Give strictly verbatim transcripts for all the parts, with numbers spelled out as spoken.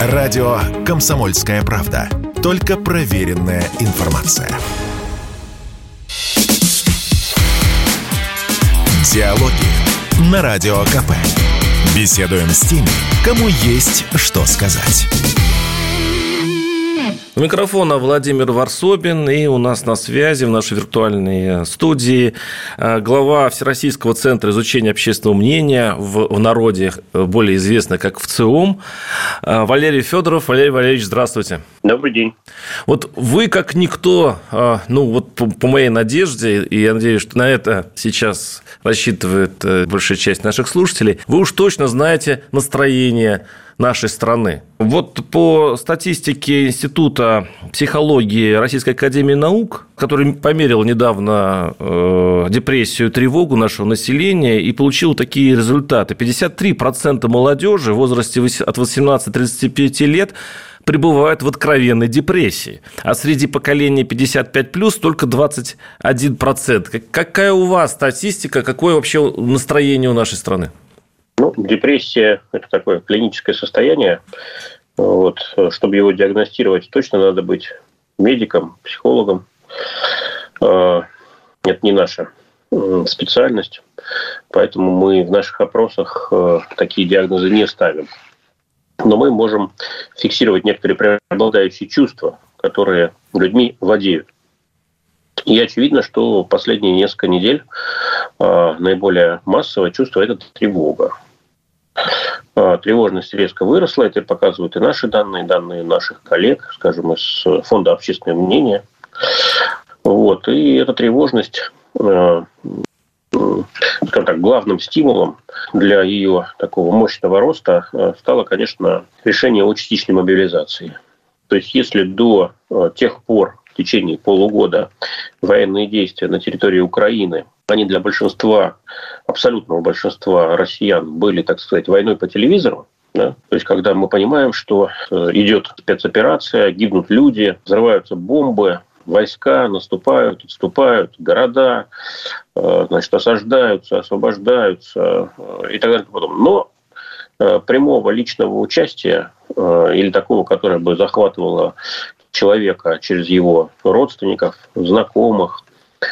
Радио «Комсомольская правда». Только проверенная информация. Диалоги на Радио КП. Беседуем с теми, кому есть что сказать. У микрофона Владимир Варсобин, и у нас на связи в нашей виртуальной студии глава Всероссийского центра изучения общественного мнения в, в народе, более известно как ВЦИОМ, Валерий Федоров. Валерий Валерьевич, здравствуйте. Добрый день. Вот вы, как никто, ну вот по, по моей надежде, и я надеюсь, что на это сейчас рассчитывает большая часть наших слушателей, вы уж точно знаете настроение нашей страны. Вот по статистике Института психологии Российской академии наук, который померил недавно э, депрессию и тревогу нашего населения и получил такие результаты. пятьдесят три процента молодежи в возрасте от восемнадцати до тридцати пяти лет пребывают в откровенной депрессии, а среди поколения пятьдесят пять плюс только двадцать один процент. Какая у вас статистика, какое вообще настроение у нашей страны? Ну, депрессия – это такое клиническое состояние. Вот. Чтобы его диагностировать, точно надо быть медиком, психологом. Это не наша специальность, поэтому мы в наших опросах такие диагнозы не ставим. Но мы можем фиксировать некоторые преобладающие чувства, которые людьми владеют. И очевидно, что последние несколько недель наиболее массовое чувство – это тревога. Тревожность резко выросла, это показывают и наши данные, данные наших коллег, скажем, из Фонда общественного мнения. Вот. И эта тревожность, скажем так, главным стимулом для ее такого мощного роста стало, конечно, решение о частичной мобилизации. То есть, если до тех пор, в течение полугода военные действия на территории Украины, они для большинства, абсолютного большинства россиян были, так сказать, войной по телевизору. Да? То есть, когда мы понимаем, что идет спецоперация, гибнут люди, взрываются бомбы, войска наступают, отступают, города, значит, осаждаются, освобождаются и так далее. Но прямого личного участия или такого, которое бы захватывало человека через его родственников, знакомых,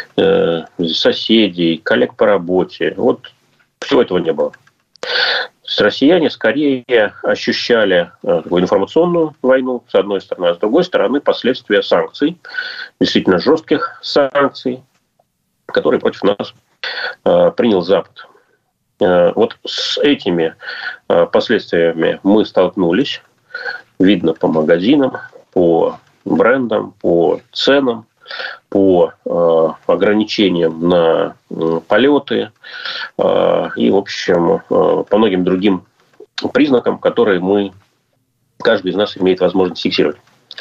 соседей, коллег по работе. Вот всего этого не было. Россияне скорее ощущали такую информационную войну, с одной стороны, а с другой стороны последствия санкций, действительно жестких санкций, которые против нас принял Запад. Вот с этими последствиями мы столкнулись. Видно по магазинам, по брендам, по ценам, по э, ограничениям на э, полеты э, и, в общем, э, по многим другим признакам, которые мы, каждый из нас имеет возможность фиксировать.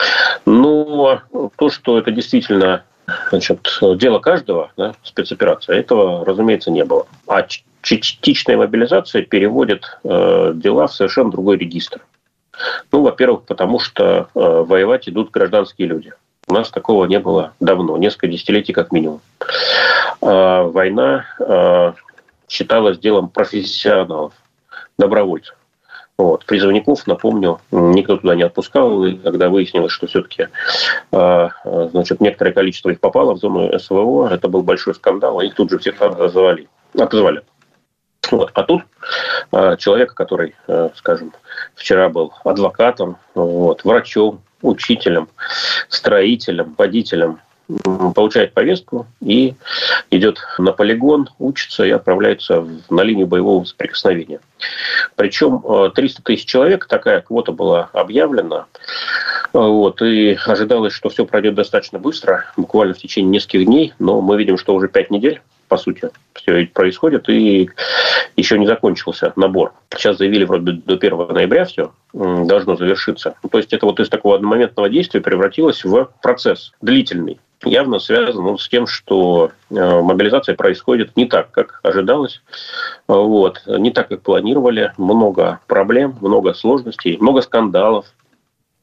Но то, что это действительно, значит, дело каждого, да, спецоперация, этого, разумеется, не было. А частичная мобилизация переводит э, дела в совершенно другой регистр. Ну, во-первых, потому что э, воевать идут гражданские люди. У нас такого не было давно, несколько десятилетий как минимум. Э, война э, считалась делом профессионалов, добровольцев. Вот. Призывников, напомню, никто туда не отпускал. И когда выяснилось, что все-таки э, значит, некоторое количество их попало в зону СВО, это был большой скандал, а их тут же всех отозвали. отозвали. Вот. А тут э, человек, который, э, скажем, вчера был адвокатом, вот, врачом, учителем, строителем, водителем, получает повестку и идет на полигон, учится и отправляется на линию боевого соприкосновения. Причем триста тысяч человек, такая квота была объявлена. Вот, и ожидалось, что все пройдет достаточно быстро, буквально в течение нескольких дней, но мы видим, что уже пять недель, по сути, все происходит, и еще не закончился набор. Сейчас заявили, вроде до первого ноября все должно завершиться. То есть это вот из такого одномоментного действия превратилось в процесс длительный. Явно связан он с тем, что мобилизация происходит не так, как ожидалось, вот, не так, как планировали. Много проблем, много сложностей, много скандалов.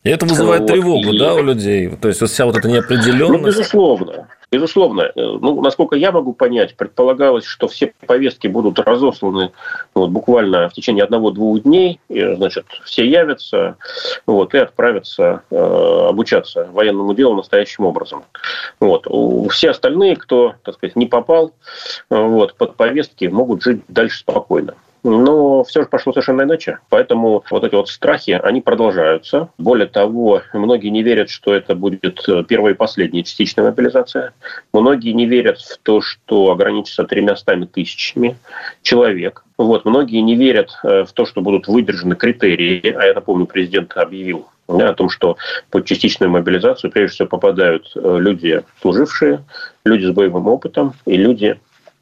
И это вызывает вот. тревогу, и... да, у людей? То есть, вся вот эта неопределенность... Ну, безусловно. Безусловно. Ну, насколько я могу понять, предполагалось, что все повестки будут разосланы вот, буквально в течение одного-двух дней. И, значит, все явятся вот, и отправятся э, обучаться военному делу настоящим образом. Вот. Все остальные, кто, так сказать, не попал вот, под повестки, могут жить дальше спокойно. Но все же пошло совершенно иначе. Поэтому вот эти вот страхи, они продолжаются. Более того, многие не верят, что это будет первая и последняя частичная мобилизация. Многие не верят в то, что ограничится тремястами тысячами человек. Вот. Многие не верят в то, что будут выдержаны критерии. А я напомню, президент объявил да, о том, что под частичную мобилизацию прежде всего попадают люди служившие, люди с боевым опытом и люди...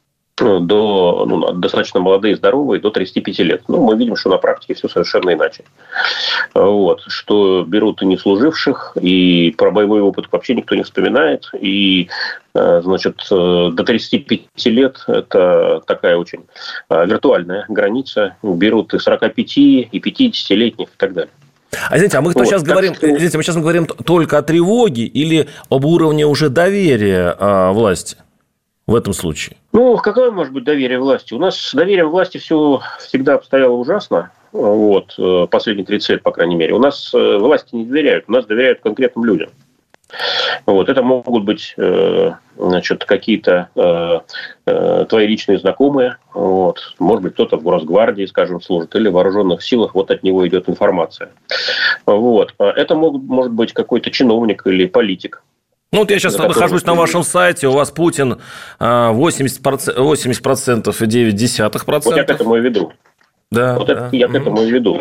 до ну, достаточно молодые и здоровые, до тридцати пяти лет. Ну, мы видим, что на практике все совершенно иначе. Вот. Что берут и не служивших, и про боевой опыт вообще никто не вспоминает. И, значит, до тридцати пяти лет это такая очень виртуальная граница. Берут и сорока пяти, и пятидесятилетних и так далее. А извините, а мы вот, сейчас говорим, что... извините, мы сейчас говорим только о тревоге или об уровне уже доверия а, власти? В этом случае? Ну, какое может быть доверие власти? У нас с доверием власти все всегда обстояло ужасно. Вот, последние тридцать лет, по крайней мере. У нас власти не доверяют, у нас доверяют конкретным людям. Вот, это могут быть значит, какие-то твои личные знакомые. Вот, может быть, кто-то в Росгвардии, скажем, служит, или в вооруженных силах, вот от него идет информация. Вот. Это могут, может быть какой-то чиновник или политик. Ну, вот я сейчас нахожусь на вашем сайте, у вас Путин восемьдесят процентов и девять десятых процента. Вот я к этому и веду. Да, вот да. Это, я к этому и веду,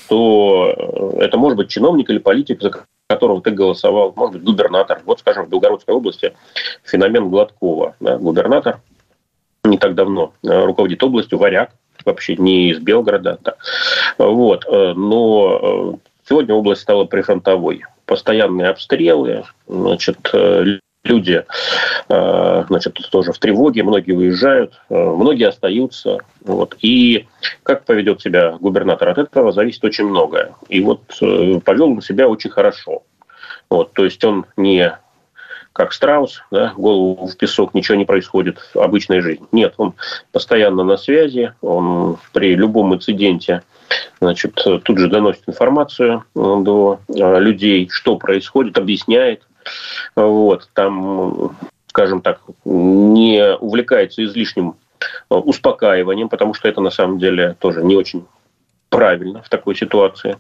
что это может быть чиновник или политик, за которого ты голосовал, может быть, губернатор. Вот, скажем, в Белгородской области феномен Гладкова. Да, губернатор не так давно руководит областью, варяг, вообще не из Белгорода. Да. Вот. Но сегодня область стала прифронтовой. Постоянные обстрелы, значит, люди значит, тоже в тревоге, многие уезжают, многие остаются. Вот. И как поведет себя губернатор, от этого зависит очень многое. И вот повел он себя очень хорошо. Вот. То есть он не как страус, да, голову в песок, ничего не происходит, обычная жизнь. Нет, он постоянно на связи, он при любом инциденте значит, тут же доносит информацию до людей, что происходит, объясняет. Вот, там, скажем так, не увлекается излишним успокаиванием, потому что это на самом деле тоже не очень правильно в такой ситуации.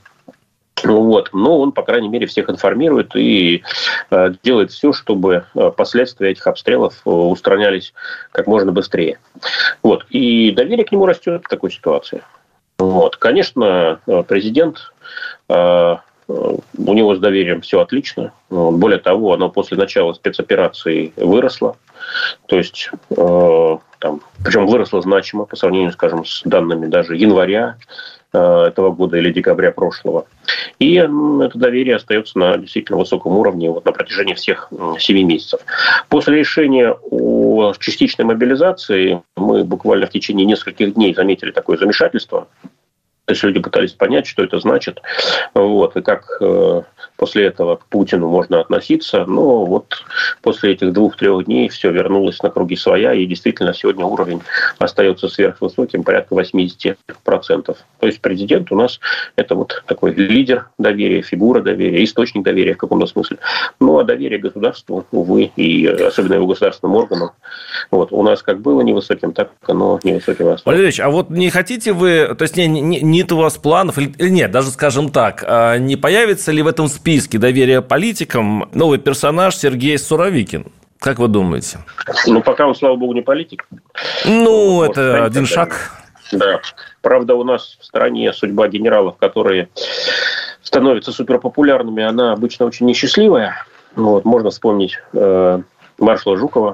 Вот. Но он, по крайней мере, всех информирует и э, делает все, чтобы последствия этих обстрелов устранялись как можно быстрее. Вот. И доверие к нему растет в такой ситуации. Вот. Конечно, президент, э, у него с доверием все отлично. Более того, оно после начала спецоперации выросло. То есть, э, там, причем выросло значимо по сравнению, скажем, с данными даже января этого года или декабря прошлого. И это доверие остается на действительно высоком уровне вот, на протяжении всех семи месяцев. После решения о частичной мобилизации мы буквально в течение нескольких дней заметили такое замешательство. То есть люди пытались понять, что это значит, вот, и как э, после этого к Путину можно относиться. Но вот после этих двух-трех дней все вернулось на круги своя, и действительно сегодня уровень остается сверхвысоким, порядка восемьдесят процентов. То есть президент у нас это вот такой лидер доверия, фигура доверия, источник доверия в каком-то смысле. Ну, а доверие государству, увы, и особенно его государственным органам, вот, у нас как было невысоким, так оно невысоким осталось. Валерий Ильич, а вот не хотите вы, то есть не, не, не нет у вас планов, или нет, даже скажем так, не появится ли в этом списке доверия политикам новый персонаж Сергей Суровикин? Как вы думаете? Ну, пока он, слава богу, не политик. Ну, вот, это может, один шаг. Да. Правда, у нас в стране судьба генералов, которые становятся суперпопулярными, она обычно очень несчастливая. Вот, можно вспомнить э, маршала Жукова.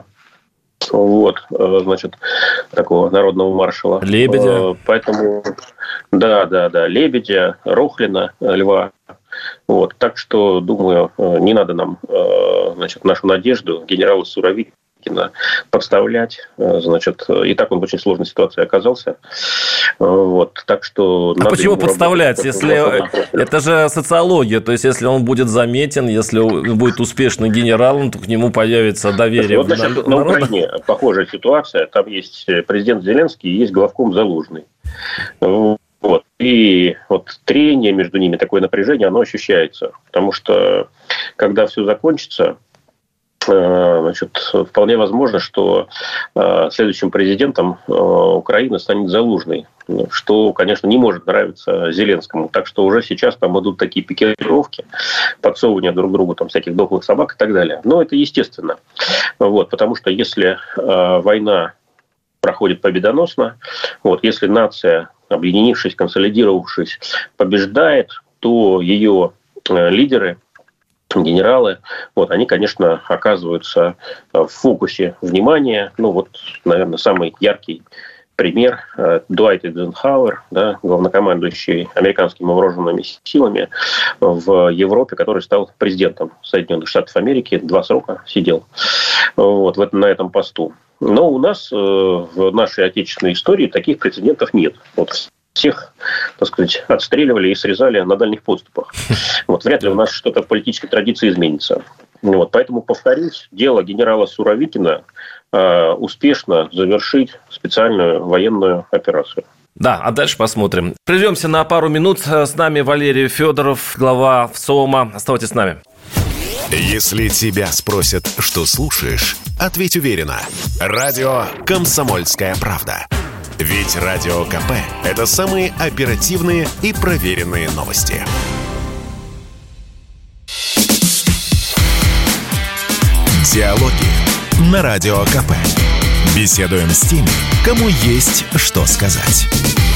Вот, значит, такого народного маршала. Лебедя. Поэтому, да, да, да, Лебедя, Рохлина, Льва. Вот, так что, думаю, не надо нам, значит, нашу надежду генерала Суровикина Суровикина подставлять. Значит, и так он в очень сложной ситуации оказался. Вот, так что... А почему подставлять, если... Это же социология, то есть если он будет заметен, если он будет успешным генералом, то к нему появится доверие. Вот, значит, на Украине похожая ситуация. Там есть президент Зеленский и есть главком Залужный. Вот. И вот трение между ними, такое напряжение, оно ощущается. Потому что, когда все закончится, значит, вполне возможно, что следующим президентом Украины станет Залужный, что, конечно, не может нравиться Зеленскому. Так что уже сейчас там идут такие пикировки, подсовывания друг другу там, всяких дохлых собак и так далее. Но это естественно. Вот, потому что если война проходит победоносно, вот, если нация, объединившись, консолидировавшись, побеждает, то ее лидеры, генералы, вот, они, конечно, оказываются в фокусе внимания. Ну, вот, наверное, самый яркий пример – Дуайт Эйзенхауэр, да, главнокомандующий американскими вооруженными силами в Европе, который стал президентом Соединенных Штатов Америки, два срока сидел вот, на этом посту. Но у нас в нашей отечественной истории таких прецедентов нет. Вот всех, так сказать, отстреливали и срезали на дальних подступах. Вот вряд ли у нас что-то в политической традиции изменится. Вот, поэтому, повторюсь, дело генерала Суровикина э, успешно завершить специальную военную операцию. Да, а дальше посмотрим. Прервемся на пару минут. С нами Валерий Федоров, глава ВЦИОМа. Оставайтесь с нами. Если тебя спросят, что слушаешь, ответь уверенно. Радио «Комсомольская правда». Ведь Радио КП – это самые оперативные и проверенные новости. Диалоги на Радио КП. Беседуем с теми, кому есть что сказать.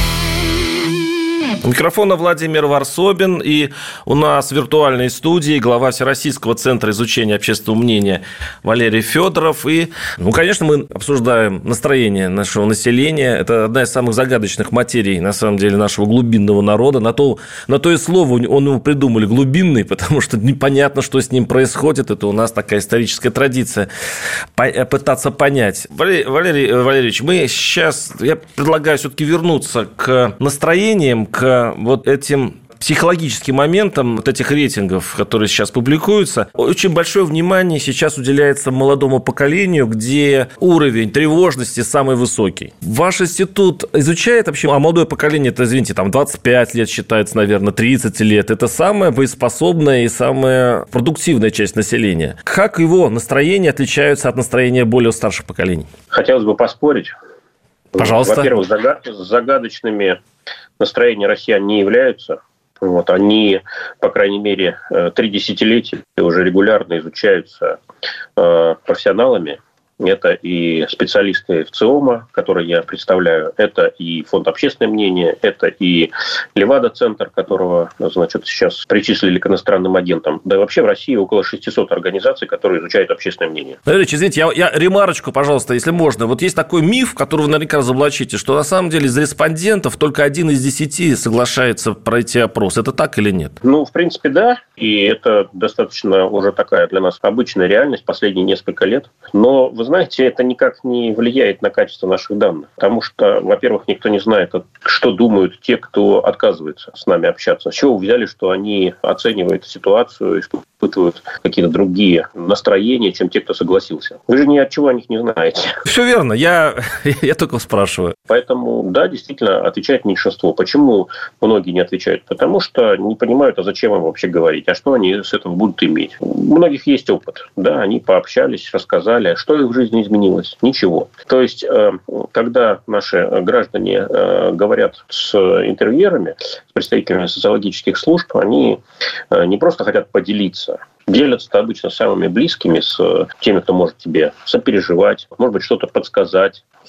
У микрофона Владимир Варсобин, и у нас в виртуальной студии глава Всероссийского центра изучения общественного мнения Валерий Федоров. И, ну, конечно, мы обсуждаем настроение нашего населения. Это одна из самых загадочных материй, на самом деле, нашего глубинного народа. На то, на то и слово он его придумали глубинный, потому что непонятно, что с ним происходит. Это у нас такая историческая традиция пытаться понять. Валерий, Валерий Валерьевич, мы сейчас, я предлагаю все-таки вернуться к настроениям, к вот этим психологическим моментам вот этих рейтингов, которые сейчас публикуются. Очень большое внимание сейчас уделяется молодому поколению, где уровень тревожности самый высокий. Ваш институт изучает вообще, а молодое поколение, это, извините, там двадцать пять лет считается, наверное, тридцать лет. Это самая боеспособная и самая продуктивная часть населения. Как его настроения отличаются от настроения более старших поколений? Хотелось бы поспорить. Пожалуйста. Во-первых, загадочными настроения россиян не являются. Вот, они, по крайней мере, три десятилетия уже регулярно изучаются э, профессионалами. Это и специалисты ВЦИОМа, которые я представляю, это и Фонд «Общественное мнение», это и Левада-центр, которого, значит, сейчас причислили к иностранным агентам. Да и вообще в России около шестисот организаций, которые изучают общественное мнение. Валерий Ильич, извините, я, я ремарочку, пожалуйста, если можно. Вот есть такой миф, который вы наверняка разоблачите, что на самом деле из респондентов только один из десяти соглашается пройти опрос. Это так или нет? Ну, в принципе, да. И это достаточно уже такая для нас обычная реальность последние несколько лет. Но, вы знаете, это никак не влияет на качество наших данных. Потому что, во-первых, никто не знает, что думают те, кто отказывается с нами общаться. С чего вы взяли, что они оценивают ситуацию, испытывают какие-то другие настроения, чем те, кто согласился? Вы же ни от чего о них не знаете. Все верно, я, я только спрашиваю. Поэтому, да, действительно, отвечает меньшинство. Почему многие не отвечают? Потому что не понимают, а зачем им вообще говорить, а что они с этого будут иметь. У многих есть опыт. Да, они пообщались, рассказали, что их в жизни изменилось. Ничего. То есть, когда наши граждане говорят с интервьюерами, с представителями социологических служб, они не просто хотят поделиться, делятся обычно самыми близкими, с теми, кто может тебе сопереживать, может быть, что-то подсказать,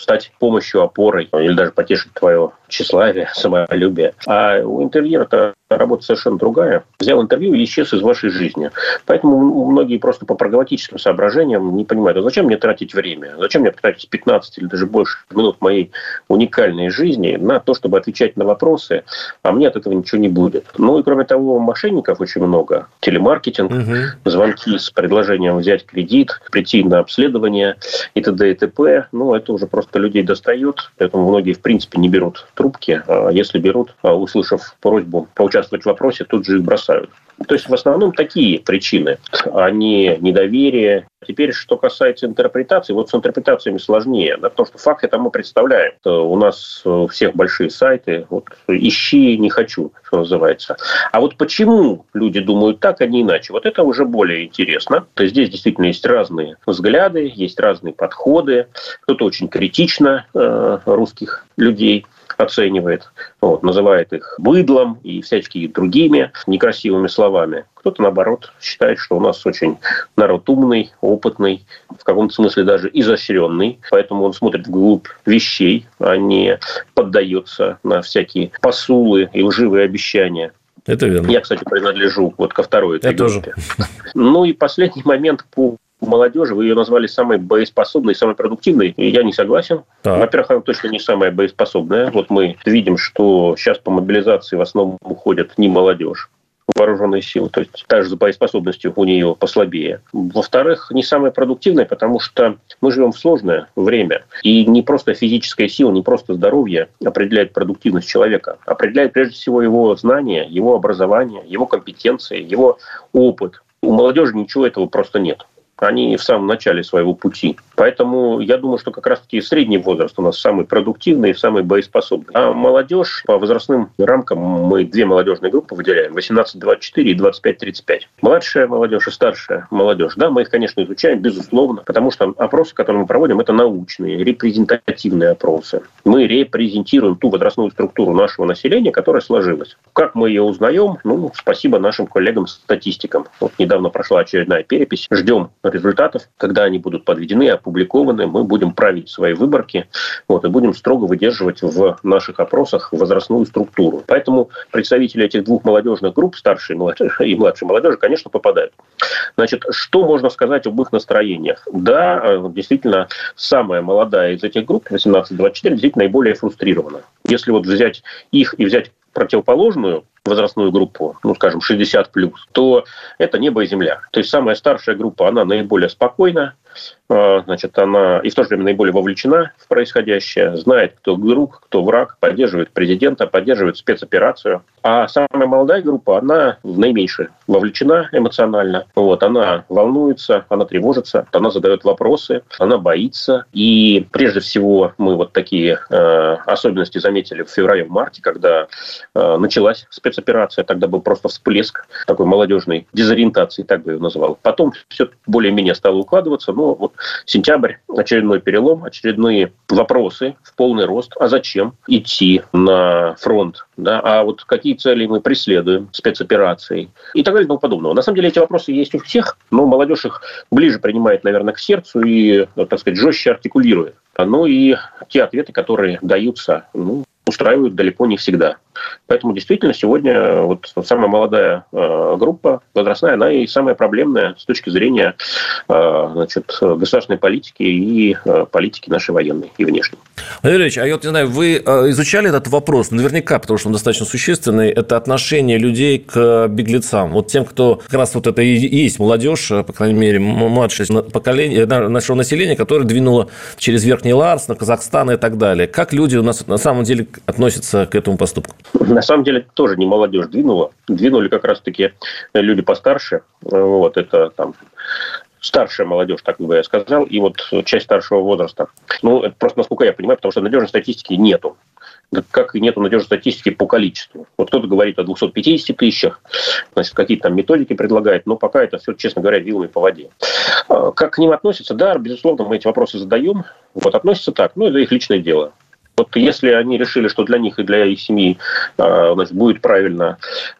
стать помощью, опорой или даже потешить твое тщеславие, самолюбие. А у интерьера-то работа совершенно другая. Взял интервью и исчез из вашей жизни. Поэтому многие просто по прагматическим соображениям не понимают, а зачем мне тратить время? Зачем мне тратить пятнадцать или даже больше минут моей уникальной жизни на то, чтобы отвечать на вопросы, а мне от этого ничего не будет. Ну и кроме того, мошенников очень много. Телемаркетинг, угу. звонки с предложением взять кредит, прийти на обследование и т.д. и т.п. Ну, это уже просто людей достает. Поэтому многие, в принципе, не берут трубки. А если берут, услышав просьбу поучаствовать в вопросе, тут же их бросают. То есть, в основном, такие причины, а не недоверие. Теперь, что касается интерпретации, вот с интерпретациями сложнее, да, потому что факт это мы представляем. У нас у всех большие сайты, вот, ищи, не хочу, что называется. А вот почему люди думают так, а не иначе, вот это уже более интересно. То есть, здесь действительно есть разные взгляды, есть разные подходы. Кто-то очень критично э, русских людей оценивает, вот, называет их быдлом и всяческими другими некрасивыми словами. Кто-то, наоборот, считает, что у нас очень народ умный, опытный, в каком-то смысле даже изощренный, поэтому он смотрит вглубь вещей, а не поддается на всякие посулы и лживые обещания. Это верно. Я, кстати, принадлежу вот ко второй этой Я группе. тоже. Ну и последний момент по молодежи, вы ее назвали самой боеспособной, самой продуктивной, и я не согласен. Так. Во-первых, она точно не самая боеспособная. Вот мы видим, что сейчас по мобилизации в основном уходят не молодежь, вооруженные силы, то есть также с боеспособностью у нее послабее. Во-вторых, не самая продуктивная, потому что мы живем в сложное время, и не просто физическая сила, не просто здоровье определяет продуктивность человека, определяет прежде всего его знания, его образование, его компетенции, его опыт. У молодежи ничего этого просто нет. Они в самом начале своего пути. Поэтому я думаю, что как раз-таки средний возраст у нас самый продуктивный и самый боеспособный. А молодежь по возрастным рамкам мы две молодежные группы выделяем. восемнадцать двадцать четыре и двадцать пять тридцать пять. Младшая молодежь и старшая молодежь. Да, мы их, конечно, изучаем, безусловно, потому что опросы, которые мы проводим, это научные, репрезентативные опросы. Мы репрезентируем ту возрастную структуру нашего населения, которая сложилась. Как мы ее узнаем? Ну, спасибо нашим коллегам-статистикам. Вот недавно прошла очередная перепись. Ждем результатов, когда они будут подведены, опубликованы, мы будем править свои выборки, вот, и будем строго выдерживать в наших опросах возрастную структуру. Поэтому представители этих двух молодежных групп, старшей и младшей молодежи, конечно, попадают. Значит, что можно сказать об их настроениях? Да, действительно, самая молодая из этих групп, восемнадцать двадцать четыре, действительно наиболее фрустрирована. Если вот взять их и взять противоположную возрастную группу, ну, скажем, шестьдесят плюс, то это небо и земля. То есть самая старшая группа, она наиболее спокойна, значит, она и в то же время наиболее вовлечена в происходящее, знает, кто друг, кто враг, поддерживает президента, поддерживает спецоперацию. А самая молодая группа, она наименьше вовлечена эмоционально. Вот, она волнуется, она тревожится, она задает вопросы, она боится. И прежде всего мы вот такие э, особенности заметили в феврале-марте, когда э, началась спецоперация. Тогда был просто всплеск такой молодежной дезориентации, так бы я ее назвал. Потом все более-менее стало укладываться. Но вот сентябрь, очередной перелом, очередные вопросы в полный рост. А зачем идти на фронт? Да? А вот какие цели мы преследуем спецоперацией? И так далее и тому подобного. На самом деле эти вопросы есть у всех, но молодежь их ближе принимает, наверное, к сердцу и, так сказать, жестче артикулирует. Ну и те ответы, которые даются, ну, устраивают далеко не всегда. Поэтому действительно сегодня вот самая молодая э, группа возрастная, она и самая проблемная с точки зрения э, значит, государственной политики и э, политики нашей военной и внешней. Владимир Ильич, а я вот не знаю, вы изучали этот вопрос? Наверняка, потому что он достаточно существенный. Это отношение людей к беглецам. Вот тем, кто как раз вот это и есть молодежь, по крайней мере, младшее поколение нашего населения, которое двинуло через Верхний Ларс, на Казахстан и так далее. Как люди у нас на самом деле относятся к этому поступку? На самом деле тоже не молодежь двинула. Двинули как раз-таки люди постарше. Вот, это там старшая молодежь, так бы я сказал, и вот часть старшего возраста. Ну, это просто, насколько я понимаю, потому что надежной статистики нету. Как и нету надежной статистики по количеству. Вот кто-то говорит о двухстах пятидесяти тысячах, значит, какие-то там методики предлагает, но пока это все, честно говоря, вилами по воде. Как к ним относятся? Да, безусловно, мы эти вопросы задаем. Вот относятся так, ну, это их личное дело. Вот если они решили, что для них и для их семьи, значит, будет правильно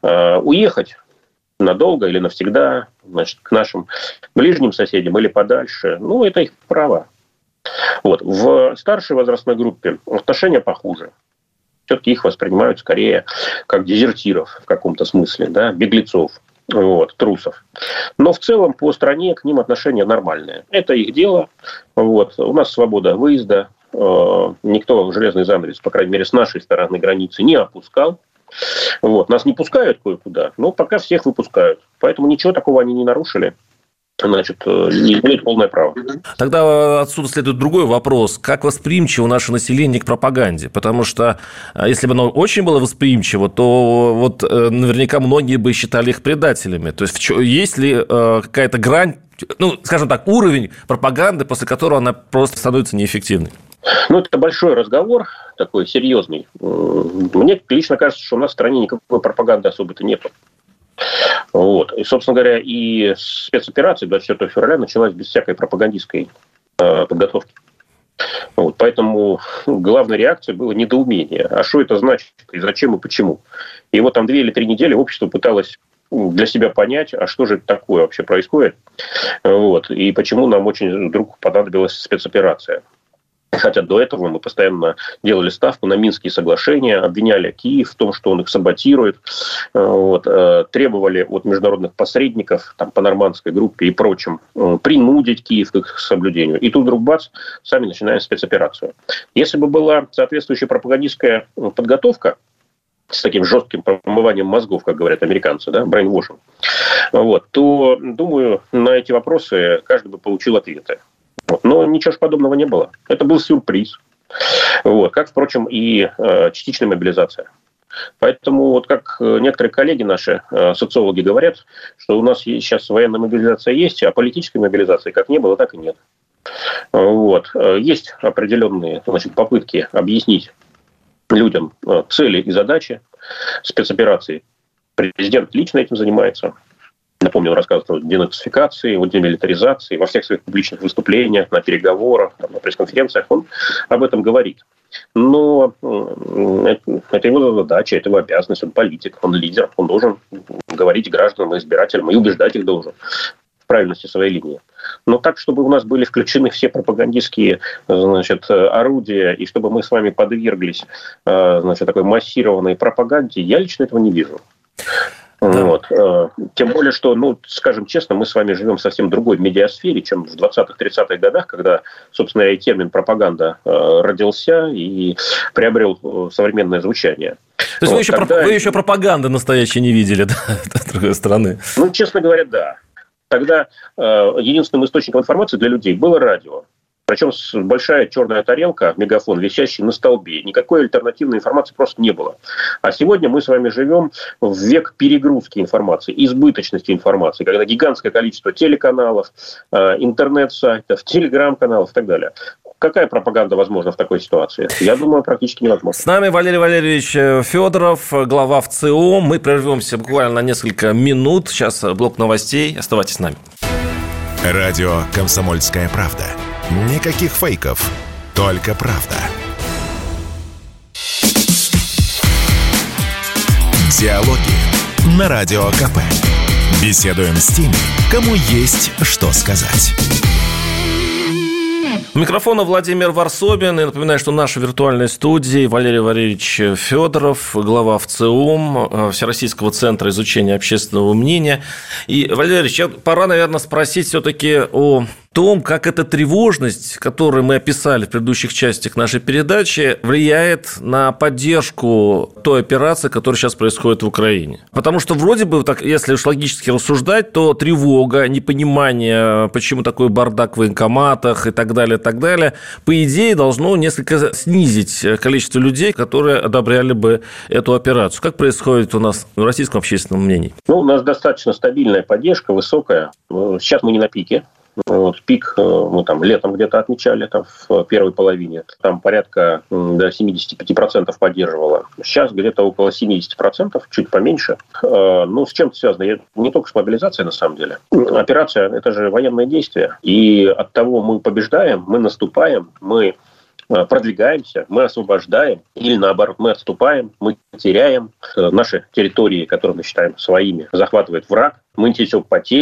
уехать надолго или навсегда, значит, к нашим ближним соседям или подальше, ну, это их право. Вот. В старшей возрастной группе отношения похуже. Все-таки их воспринимают скорее как дезертиров в каком-то смысле, да, беглецов, вот, трусов. Но в целом по стране к ним отношения нормальные. Это их дело. Вот. У нас свобода выезда. Никто железный занавес, по крайней мере, с нашей стороны границы не опускал. Вот. Нас не пускают кое-куда, но пока всех выпускают. Поэтому ничего такого они не нарушили. Значит, не имеют полное право. Тогда отсюда следует другой вопрос. Как восприимчиво наше население к пропаганде? Потому что если бы оно очень было восприимчиво, то вот наверняка многие бы считали их предателями. То есть есть ли какая-то грань, ну, скажем так, уровень пропаганды, после которого она просто становится неэффективной? Ну, это большой разговор, такой серьезный. Мне лично кажется, что у нас в стране никакой пропаганды особо-то нету. Вот. И, собственно говоря, и спецоперация двадцать четвёртого февраля началась без всякой пропагандистской э, подготовки. Вот. Поэтому главной реакцией было недоумение. А что это значит? И зачем, и почему? И вот там две или три недели общество пыталось для себя понять, а что же это такое вообще происходит. Вот. И почему нам очень вдруг понадобилась спецоперация. Хотя до этого мы постоянно делали ставку на Минские соглашения, обвиняли Киев в том, что он их саботирует, вот, требовали от международных посредников там, по нормандской группе и прочим принудить Киев к их соблюдению. И тут вдруг бац, сами начинаем спецоперацию. Если бы была соответствующая пропагандистская подготовка с таким жестким промыванием мозгов, как говорят американцы, да, брейнвошем, вот, то, думаю, на эти вопросы каждый бы получил ответы. Вот. Но ничего ж подобного не было. Это был сюрприз. Вот. Как, впрочем, и э, частичная мобилизация. Поэтому, вот как некоторые коллеги наши, э, социологи, говорят, что у нас есть, сейчас военная мобилизация есть, а политической мобилизации как не было, так и нет. Вот. Есть определенные, значит, попытки объяснить людям э, цели и задачи спецоперации. Президент лично этим занимается. Напомню, он рассказывал о денацификации, о демилитаризации, во всех своих публичных выступлениях, на переговорах, на пресс-конференциях он об этом говорит. Но это его задача, это его обязанность, он политик, он лидер, он должен говорить гражданам и избирателям и убеждать их должен в правильности своей линии. Но так, чтобы у нас были включены все пропагандистские, значит, орудия, и чтобы мы с вами подверглись, значит, такой массированной пропаганде, я лично этого не вижу. Да. Вот. Тем более, что, ну, скажем честно, мы с вами живем в совсем другой медиасфере, чем в двадцатых-тридцатых годах, когда, собственно, и термин пропаганда родился и приобрел современное звучание. То есть вот, вы, еще тогда... вы еще пропаганды настоящей не видели, да, с другой стороны? Ну, честно говоря, да. Тогда единственным источником информации для людей было радио. Причем большая черная тарелка, мегафон, висящий на столбе. Никакой альтернативной информации просто не было. А сегодня мы с вами живем в век перегрузки информации, избыточности информации, когда гигантское количество телеканалов, интернет-сайтов, телеграм-каналов и так далее. Какая пропаганда возможна в такой ситуации? Я думаю, практически невозможно. С нами Валерий Валерьевич Федоров, глава ВЦИОМ. Мы прервемся буквально на несколько минут. Сейчас блок новостей. Оставайтесь с нами. Радио «Комсомольская правда». Никаких фейков, только правда. Диалоги на Радио КП. Беседуем с теми, кому есть что сказать. У микрофона Владимир Варсобин. И напоминаю, что в нашей виртуальной студии Валерий Валерьевич Федоров, глава ВЦИОМ, Всероссийского центра изучения общественного мнения. И, Валерий Валерьевич, пора, наверное, спросить все-таки о том, как эта тревожность, которую мы описали в предыдущих частях нашей передачи, влияет на поддержку той операции, которая сейчас происходит в Украине. Потому что вроде бы, так, если уж логически рассуждать, то тревога, непонимание, почему такой бардак в военкоматах и так далее, и так далее, по идее, должно несколько снизить количество людей, которые одобряли бы эту операцию. Как происходит у нас в российском общественном мнении? Ну, у нас достаточно стабильная поддержка, высокая. Сейчас мы не на пике. Вот, пик мы там летом где-то отмечали, там, в первой половине. Там порядка до семьдесят пять процентов поддерживало. Сейчас где-то около семьдесят процентов, чуть поменьше. Ну, с чем это связано? Не только с мобилизацией, на самом деле. Операция – это же военное действие. И от того мы побеждаем, мы наступаем, мы продвигаемся, мы освобождаем, или наоборот, мы отступаем, мы теряем наши территории, которые мы считаем своими, захватывает враг, мы несем потери.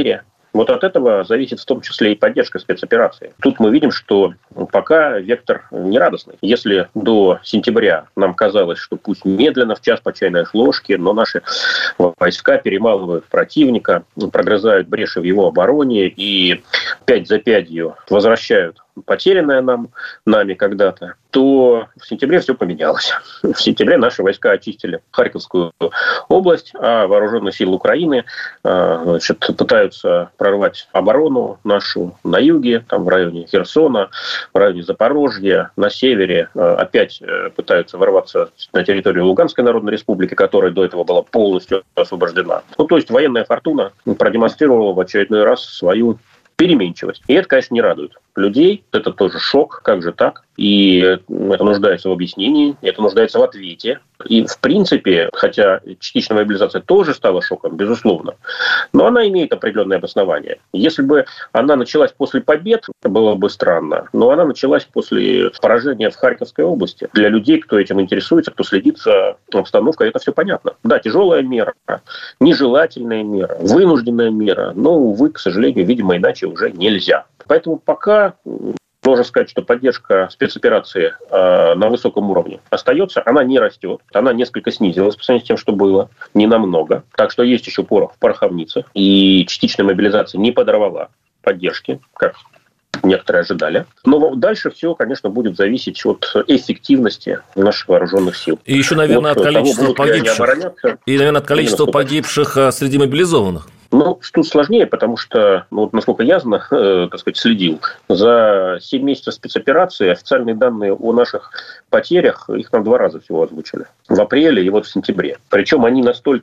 Вот от этого зависит в том числе и поддержка спецоперации. Тут мы видим, что пока вектор нерадостный. Если до сентября нам казалось, что пусть медленно, в час по чайной ложке, но наши войска перемалывают противника, прогрызают бреши в его обороне и пять за пятью возвращают потерянное нам, нами когда-то, то в сентябре все поменялось. В сентябре наши войска очистили Харьковскую область, а вооруженные силы Украины значит, пытаются прорвать оборону нашу на юге, там в районе Херсона, в районе Запорожья, на севере опять пытаются ворваться на территорию Луганской Народной Республики, которая до этого была полностью освобождена. Ну, то есть военная фортуна продемонстрировала в очередной раз свою переменчивость. И это, конечно, не радует людей. Это тоже шок. Как же так? И это нуждается в объяснении, это нуждается в ответе. И, в принципе, хотя частичная мобилизация тоже стала шоком, безусловно, но она имеет определенное обоснование. Если бы она началась после побед, было бы странно, но она началась после поражения в Харьковской области. Для людей, кто этим интересуется, кто следит за обстановкой, это все понятно. Да, тяжелая мера, нежелательная мера, вынужденная мера, но, увы, к сожалению, видимо, иначе уже нельзя. Поэтому пока можно сказать, что поддержка спецоперации э, на высоком уровне остается, она не растет, она несколько снизилась по сравнению с тем, что было, не намного. Так что есть еще порох в пороховнице, и частичная мобилизация не подорвала поддержки, как некоторые ожидали. Но дальше все, конечно, будет зависеть от эффективности наших вооруженных сил. И еще, наверное, от, от количества погибших. И, наверное, от количества погибших среди мобилизованных. Ну, тут сложнее, потому что, ну, вот, насколько я знаю, э, так сказать, следил, за семь месяцев спецоперации официальные данные о наших потерях, их там два раза всего озвучили. В апреле и вот в сентябре. Причем они настолько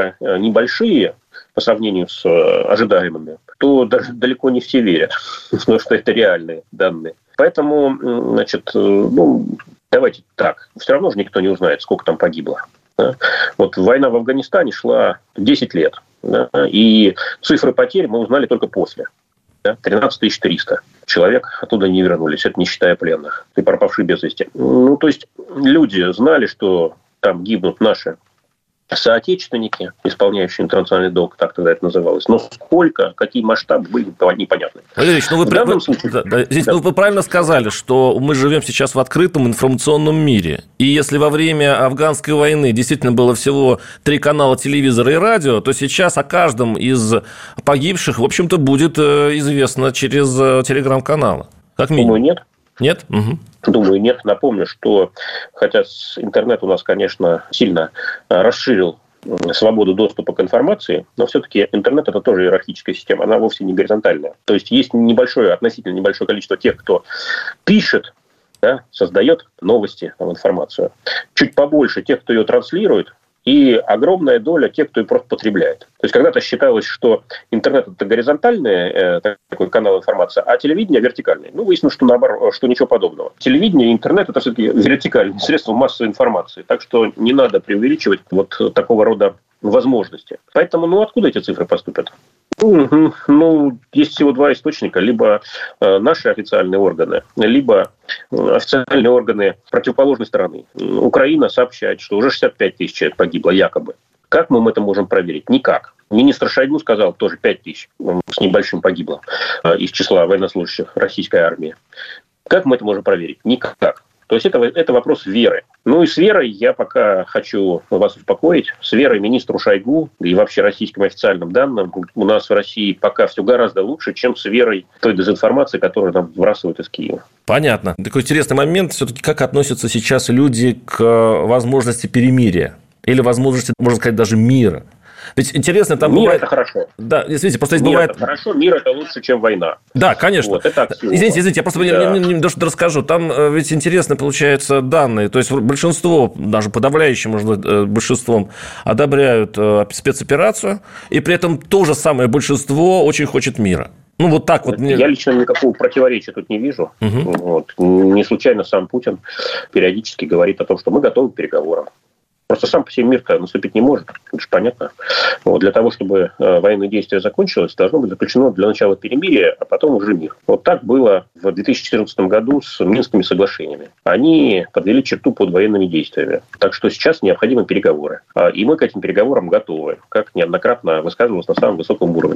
небольшие по сравнению с ожидаемыми, то даже далеко не все верят, потому что это реальные данные. Поэтому, значит, ну, давайте так. Все равно же никто не узнает, сколько там погибло. Да? Вот война в Афганистане шла десять лет. Да, и цифры потерь мы узнали только после. Да, тринадцать тысяч триста человек оттуда не вернулись, это не считая пленных и пропавших без вести. Ну, то есть люди знали, что там гибнут наши соотечественники, исполняющие интернациональный долг, так тогда это называлось. Но сколько, какие масштабы были непонятны. Валерий Ильич, ну вы, вы, случае... да, да, здесь, да. ну вы правильно сказали, что мы живем сейчас в открытом информационном мире. И если во время афганской войны действительно было всего три канала телевизора и радио, то сейчас о каждом из погибших, в общем-то, будет известно через телеграм-каналы. Как минимум. Думаю, нет. Нет? Угу. Думаю, нет. Напомню, что хотя интернет у нас, конечно, сильно расширил свободу доступа к информации, но все-таки интернет – это тоже иерархическая система, она вовсе не горизонтальная. То есть есть небольшое, относительно небольшое количество тех, кто пишет, да, создает новости, там, информацию. Чуть побольше тех, кто ее транслирует, и огромная доля тех, кто ее просто потребляет. То есть когда-то считалось, что интернет – это горизонтальный э, такой канал информации, а телевидение – вертикальный. Ну, выяснилось, что наоборот, что ничего подобного. Телевидение и интернет – это все-таки вертикальные средства массовой информации. Так что не надо преувеличивать вот такого рода возможности. Поэтому, ну, откуда эти цифры поступят? Ну, ну, есть всего два источника. Либо э, наши официальные органы, либо э, официальные органы противоположной стороны. Украина сообщает, что уже шестьдесят пять тысяч человек погибло, якобы. Как мы это можем проверить? Никак. Министр Шойгу сказал, тоже пять тысяч с небольшим погибло э, из числа военнослужащих российской армии. Как мы это можем проверить? Никак. То есть это, это вопрос веры. Ну и с верой я пока хочу вас успокоить. С верой министру Шойгу и вообще российским официальным данным у нас в России пока все гораздо лучше, чем с верой той дезинформации, которую нам вбрасывают из Киева. Понятно. Такой интересный момент. Все-таки как относятся сейчас люди к возможности перемирия? Или возможности, можно сказать, даже мира? Ведь интересно, там мир бывает... это хорошо. Да, извините, просто здесь мир бывает... это хорошо, мир это лучше, чем война. Да, конечно. Вот, это извините, извините, я просто да. немножко расскажу. Там ведь интересно получаются данные. То есть большинство, даже подавляющее, может быть, большинством, одобряют спецоперацию, и при этом то же самое большинство очень хочет мира. Ну, вот так вот. Я лично никакого противоречия тут не вижу. Угу. Вот. Не случайно сам Путин периодически говорит о том, что мы готовы к переговорам. Просто сам по себе мир-то наступить не может, это же понятно. Вот, для того, чтобы э, военные действия закончилось, должно быть заключено для начала перемирие, а потом уже мир. Вот так было в две тысячи четырнадцатом году с Минскими соглашениями. Они подвели черту под военными действиями. Так что сейчас необходимы переговоры. И мы к этим переговорам готовы, как неоднократно высказывалось на самом высоком уровне.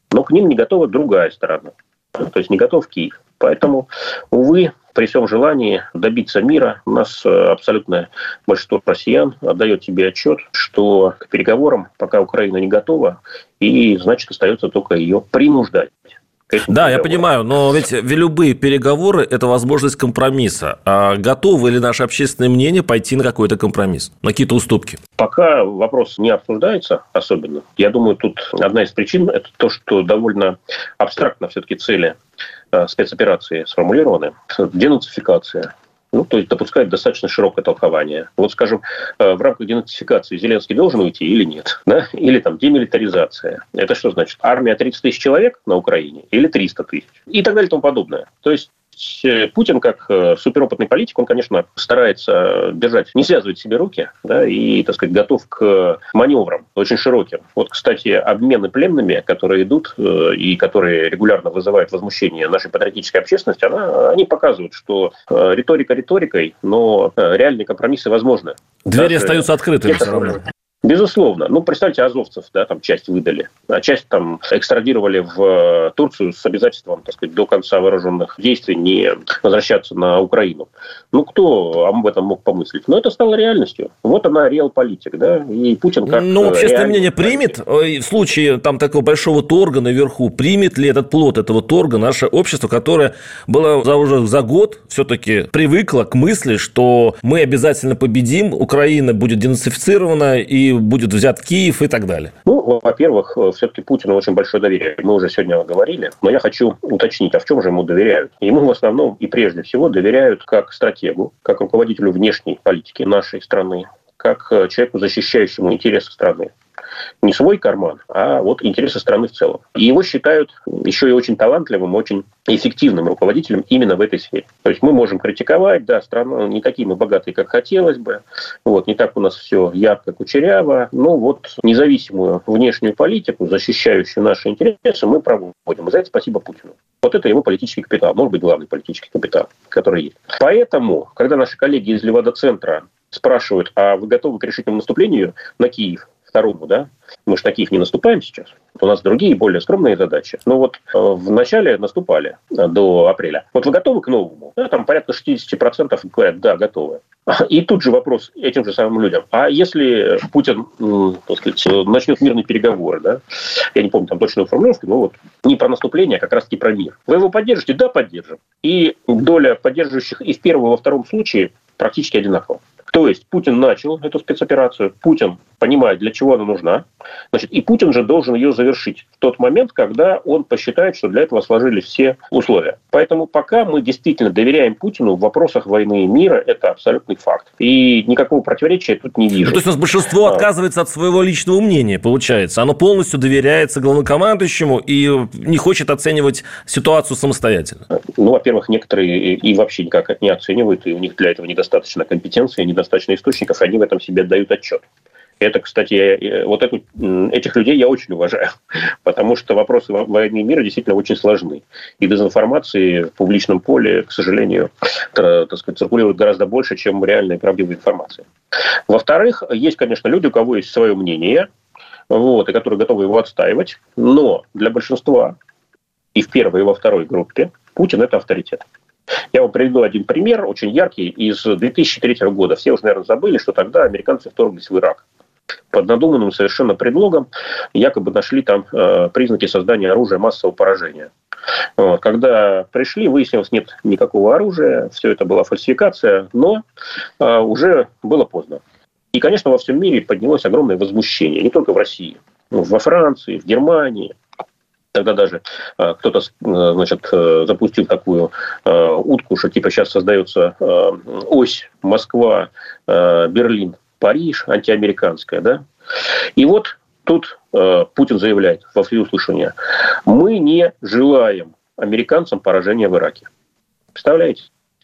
Но к ним не готова другая сторона. То есть не готов Киев. Поэтому, увы, при всем желании добиться мира, у нас абсолютное большинство россиян отдает себе отчет, что к переговорам пока Украина не готова, и, значит, остается только ее принуждать. Да, я понимаю, но ведь любые переговоры – это возможность компромисса. А готовы ли наше общественное мнение пойти на какой-то компромисс, на какие-то уступки? Пока вопрос не обсуждается особенно. Я думаю, тут одна из причин – это то, что довольно абстрактно все-таки цели спецоперации сформулированы. Денацификация. Ну, то есть допускает достаточно широкое толкование. Вот, скажем, в рамках денацификации Зеленский должен уйти или нет? Да? Или там демилитаризация. Это что значит? Армия тридцать тысяч человек на Украине или триста тысяч? И так далее и тому подобное. То есть Путин, как суперопытный политик, он, конечно, старается держать, не связывать себе руки, да, и, так сказать, готов к маневрам очень широким. Вот, кстати, обмены пленными, которые идут и которые регулярно вызывают возмущение нашей патриотической общественности, она, они показывают, что риторика риторикой, но реальные компромиссы возможны. Двери Даже остаются открытыми все равно. Безусловно. Ну, представьте, азовцев, да, там часть выдали, а часть там экстрадировали в Турцию с обязательством, так сказать, до конца вооруженных действий не возвращаться на Украину. Ну, кто об этом мог помыслить? Но это стало реальностью. Вот она, реал-политик, да, и Путин как... Ну, общественное мнение примет, в случае там такого большого торга наверху, примет ли этот плод этого торга наше общество, которое было за, уже за год все-таки привыкло к мысли, что мы обязательно победим, Украина будет денацифицирована, и будет взят Киев и так далее? Ну, во-первых, все-таки Путину очень большое доверие. Мы уже сегодня говорили, но я хочу уточнить, а в чем же ему доверяют? Ему в основном и прежде всего доверяют как стратегу, как руководителю внешней политики нашей страны, как человеку, защищающему интересы страны. Не свой карман, а вот интересы страны в целом. И его считают еще и очень талантливым, очень эффективным руководителем именно в этой сфере. То есть мы можем критиковать, да, страна не такие мы богатые, как хотелось бы, вот, не так у нас все ярко, кучеряво, но вот независимую внешнюю политику, защищающую наши интересы, мы проводим. И за это спасибо Путину. Вот это его политический капитал, может быть, главный политический капитал, который есть. Поэтому, когда наши коллеги из Левада-центра спрашивают, а вы готовы к решительному наступлению на Киев, второму, да? Мы же на Киев не наступаем сейчас. У нас другие, более скромные задачи. Но вот э, в начале наступали э, до апреля. Вот вы готовы к новому? Да, там порядка шестьдесят процентов говорят, да, готовы. И тут же вопрос этим же самым людям. А если Путин, э, так сказать, начнет мирные переговоры, да? Я не помню там точную формулировку, но вот не про наступление, а как раз-таки про мир. Вы его поддержите? Да, поддержим. И доля поддерживающих и в первом, и во втором случае практически одинакова. То есть Путин начал эту спецоперацию, Путин понимает, для чего она нужна, значит, и Путин же должен ее завершить в тот момент, когда он посчитает, что для этого сложились все условия. Поэтому пока мы действительно доверяем Путину в вопросах войны и мира, это абсолютный факт. И никакого противоречия тут не вижу. Ну, то есть у нас большинство а... отказывается от своего личного мнения, получается. Оно полностью доверяется главнокомандующему и не хочет оценивать ситуацию самостоятельно. Ну, во-первых, некоторые и вообще никак не оценивают, и у них для этого недостаточно компетенции, недостаточно источников, они в этом себе отдают отчет. Это, кстати, вот эту, этих людей я очень уважаю, потому что вопросы войны и мира действительно очень сложны. И дезинформации в публичном поле, к сожалению, так сказать, циркулирует гораздо больше, чем реальная и правдивая информация. Во-вторых, есть, конечно, люди, у кого есть свое мнение, вот, и которые готовы его отстаивать, но для большинства и в первой, и во второй группе Путин – это авторитет. Я вам приведу один пример, очень яркий, из две тысячи третьего года. Все уже, наверное, забыли, что тогда американцы вторглись в Ирак. Под надуманным совершенно предлогом якобы нашли там э, признаки создания оружия массового поражения. Вот. Когда пришли, выяснилось, нет никакого оружия, все это была фальсификация, но э, уже было поздно. И, конечно, во всем мире поднялось огромное возмущение, не только в России, но во Франции, в Германии. Тогда даже э, кто-то э, значит, э, запустил такую э, утку, что типа сейчас создается э, ось Москва, э, Берлин, Париж, антиамериканская, да? И вот тут э, Путин заявляет во всеуслышание: мы не желаем американцам поражения в Ираке. Представляете?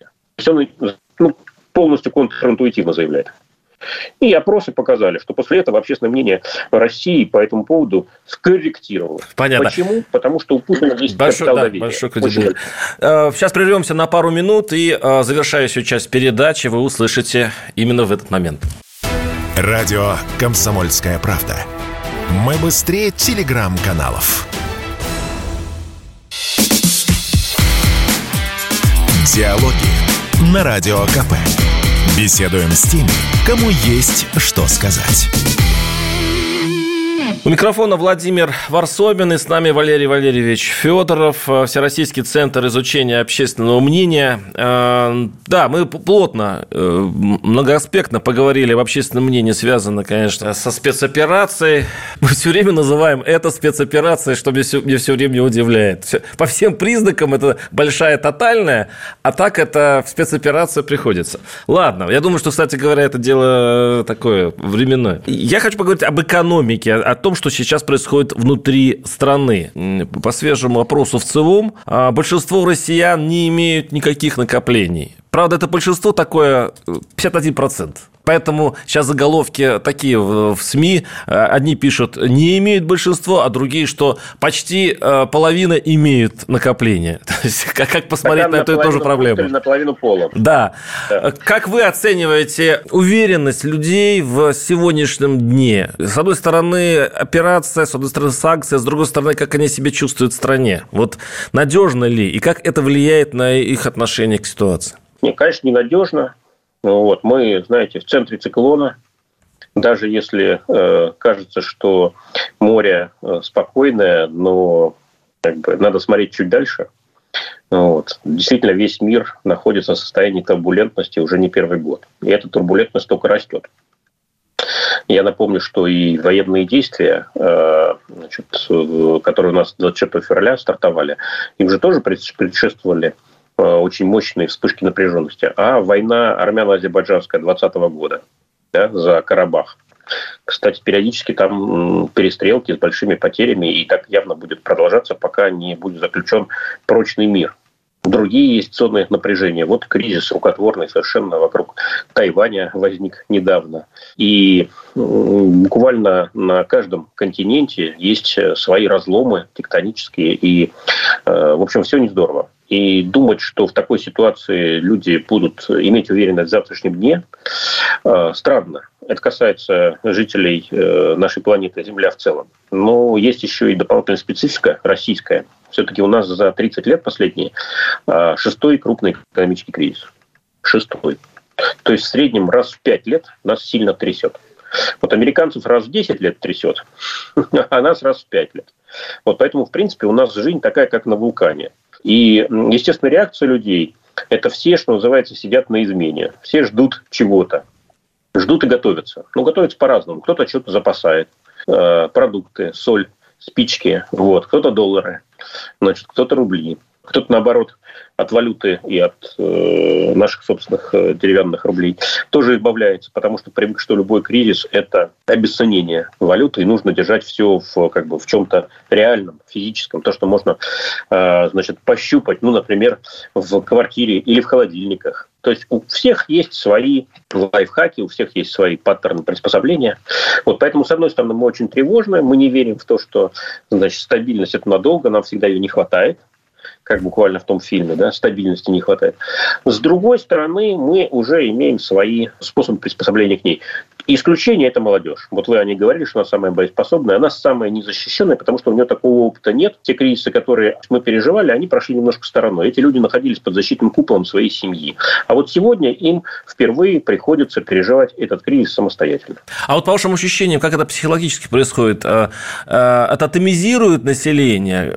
Он, ну, полностью контринтуитивно заявляет. И опросы показали, что после этого общественное мнение России по этому поводу скорректировалось. Понятно. Почему? Потому что у Путина есть большой, капитал да, доверия. Большой кредит. Сейчас прервемся на пару минут, и завершающую часть передачи вы услышите именно в этот момент. Радио «Комсомольская правда». Мы быстрее телеграм-каналов. Диалоги на Радио КП. Беседуем с теми, кому есть что сказать. У микрофона Владимир Варсобин, и с нами Валерий Валерьевич Федоров, Всероссийский центр изучения общественного мнения. Да, мы плотно, многоаспектно поговорили об общественном мнении, связано, конечно, со спецоперацией. Мы все время называем это спецоперацией, что меня все, меня все время не удивляет. По всем признакам это большая тотальная, а так это в спецоперацию приходится. Ладно, я думаю, что, кстати говоря, это дело такое временное. Я хочу поговорить об экономике, о том, что сейчас происходит внутри страны. По свежему опросу в ЦИОМ, большинство россиян не имеют никаких накоплений. Правда, это большинство такое пятьдесят один процент. Поэтому сейчас заголовки такие в СМИ. Одни пишут, не имеют большинство, а другие, что почти половина имеют накопление. То есть, как, как посмотреть на эту и ту же проблему? Наполовину пола. Да. да. Как вы оцениваете уверенность людей в сегодняшнем дне? С одной стороны, операция, с одной стороны, санкции, с другой стороны, как они себя чувствуют в стране? Вот надежно ли? И как это влияет на их отношение к ситуации? Нет, конечно, ненадежно. Вот. Мы, знаете, в центре циклона. Даже если э, кажется, что море э, спокойное, но как бы, надо смотреть чуть дальше. Вот. Действительно, весь мир находится в состоянии турбулентности уже не первый год. И эта турбулентность только растет. Я напомню, что и военные действия, э, значит, которые у нас двадцать четвёртого февраля стартовали, им же тоже предшествовали очень мощные вспышки напряженности. А война армяно-азербайджанская двадцатого года, да, за Карабах. Кстати, периодически там перестрелки с большими потерями, и так явно будет продолжаться, пока не будет заключен прочный мир. Другие есть зоны напряжения. Вот кризис рукотворный совершенно вокруг Тайваня возник недавно. И буквально на каждом континенте есть свои разломы тектонические. И, в общем, все не здорово. И думать, что в такой ситуации люди будут иметь уверенность в завтрашнем дне, странно. Это касается жителей нашей планеты Земля в целом. Но есть еще и дополнительная специфика российская. Все-таки у нас за тридцать лет последние шестой крупный экономический кризис. Шестой. То есть в среднем раз в пять лет нас сильно трясет. Вот американцев раз в десять лет трясет, а нас раз в пять лет. Вот поэтому, в принципе, у нас жизнь такая, как на вулкане. И, естественно, реакция людей – это все, что называется, сидят на измене. Все ждут чего-то. Ждут и готовятся. Ну, готовятся по-разному. Кто-то что-то запасает. Э, продукты, соль, спички. Вот. Кто-то доллары. Значит, кто-то рубли. Кто-то, наоборот, от валюты и от э, наших собственных э, деревянных рублей тоже избавляется, потому что привык, что любой кризис – это обесценение валюты, и нужно держать все в, как бы, в чем-то реальном, физическом, то, что можно э, значит, пощупать, ну, например, в квартире или в холодильниках. То есть у всех есть свои лайфхаки, у всех есть свои паттерны приспособления. Вот поэтому, с одной стороны, мы очень тревожны, мы не верим в то, что, значит, стабильность – это надолго, нам всегда ее не хватает. Как буквально в том фильме, да, стабильности не хватает. С другой стороны, мы уже имеем свои способы приспособления к ней. Исключение – это молодежь. Вот вы о ней говорили, что она самая боеспособная, она самая незащищенная, потому что у нее такого опыта нет. Те кризисы, которые мы переживали, они прошли немножко стороной. Эти люди находились под защитным куполом своей семьи. А вот сегодня им впервые приходится переживать этот кризис самостоятельно. А вот по вашим ощущениям, как это психологически происходит? Это атомизирует население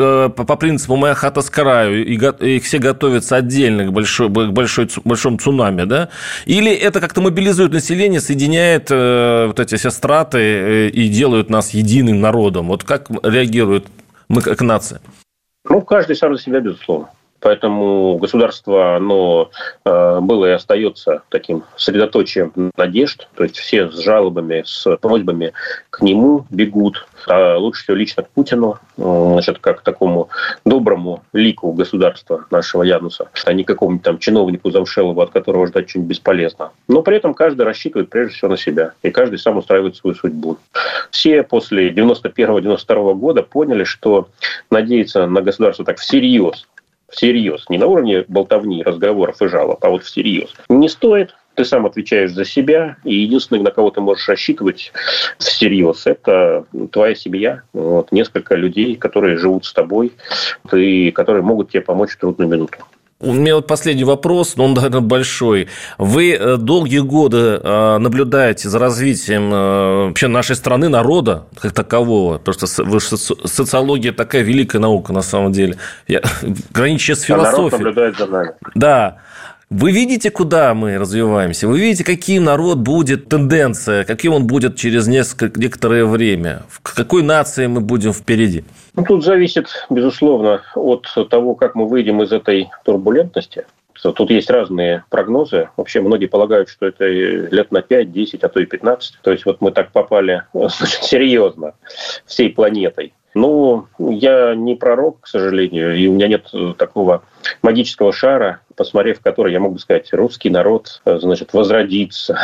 по принципу «моя хата с краю», и все готовятся отдельно к, большой, к большой, большому цунами, да? Или это как-то мобилизует население, соединяет вот эти все страты и делают нас единым народом? Вот как реагирует мы как нация? Ну, каждый сам за себя, безусловно. Поэтому государство, оно было и остается таким средоточием надежд. То есть все с жалобами, с просьбами к нему бегут. А лучше всего лично к Путину, значит, как к такому доброму лику государства нашего Януса, а не какому-нибудь там чиновнику замшелому, от которого ждать что-нибудь бесполезно. Но при этом каждый рассчитывает прежде всего на себя. И каждый сам устраивает свою судьбу. Все после девяносто первого - девяносто второго года поняли, что надеяться на государство так всерьез, всерьез, не на уровне болтовни, разговоров и жалоб, а вот всерьез, не стоит. Ты сам отвечаешь за себя, и единственное, на кого ты можешь рассчитывать всерьез, это твоя семья, вот, несколько людей, которые живут с тобой, и которые могут тебе помочь в трудную минуту. У меня вот последний вопрос, но он, наверное, большой. Вы долгие годы наблюдаете за развитием вообще нашей страны, народа как такового. Просто социология такая великая наука на самом деле. Я, граничащая с философией. А народ наблюдает за нами. Да. Вы видите, куда мы развиваемся? Вы видите, каким народ будет тенденция, каким он будет через несколько, некоторое время? В какой нации мы будем впереди? Ну, тут зависит, безусловно, от того, как мы выйдем из этой турбулентности. Тут есть разные прогнозы. Вообще многие полагают, что это лет на пять, десять, а то и пятнадцать. То есть вот мы так попали, значит, серьезно всей планетой. Ну, я не пророк, к сожалению, и у меня нет такого магического шара, посмотрев который, я могу сказать, русский народ, значит, возродится.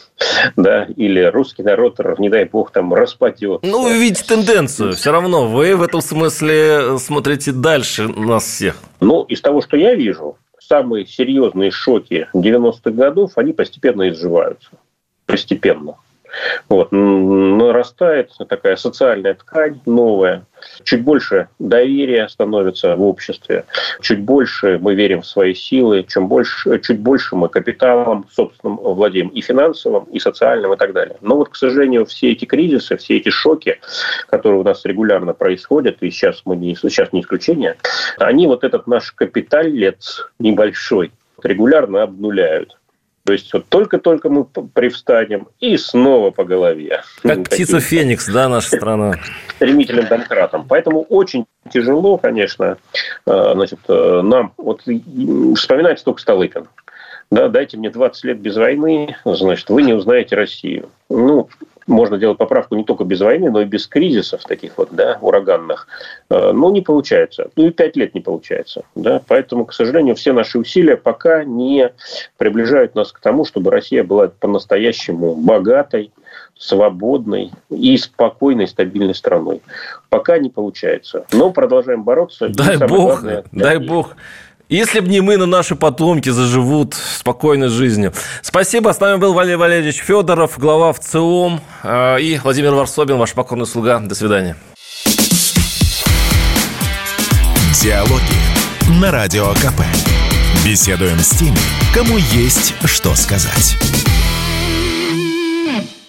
Да, или русский народ, не дай бог, там распадет. Ну, вы видите тенденцию. Все равно вы в этом смысле смотрите дальше нас всех. Ну, из того, что я вижу, самые серьезные шоки девяностых годов, они постепенно изживаются. Постепенно. Вот. Нарастает такая социальная ткань новая. Чуть больше доверия становится в обществе. Чуть больше мы верим в свои силы. Чем больше, чуть больше мы капиталом собственным владеем. И финансовым, и социальным, и так далее. Но вот, к сожалению, все эти кризисы, все эти шоки, которые у нас регулярно происходят, и сейчас, мы не, сейчас не исключение, они вот этот наш капиталец небольшой регулярно обнуляют. То есть вот только-только мы привстанем и снова по голове. Как птица Феникс, да, наша страна. Стремительным домкратом. Поэтому очень тяжело, конечно, значит, нам вот вспоминать только Столыпин. Да, дайте мне двадцать лет без войны, значит, вы не узнаете Россию. Ну, можно делать поправку не только без войны, но и без кризисов таких вот, да, ураганных. Но не получается. Ну и пять лет не получается. Да? Поэтому, к сожалению, все наши усилия пока не приближают нас к тому, чтобы Россия была по-настоящему богатой, свободной и спокойной, стабильной страной. Пока не получается. Но продолжаем бороться. Дай бог, главное, дай бог. Если бы не мы, но наши потомки заживут спокойной жизнью. Спасибо. С нами был Валерий Валерьевич Федоров, глава ВЦИОМ, и Владимир Варсобин, ваш покорный слуга. До свидания. Диалоги на Радио КП. Беседуем с теми, кому есть что сказать.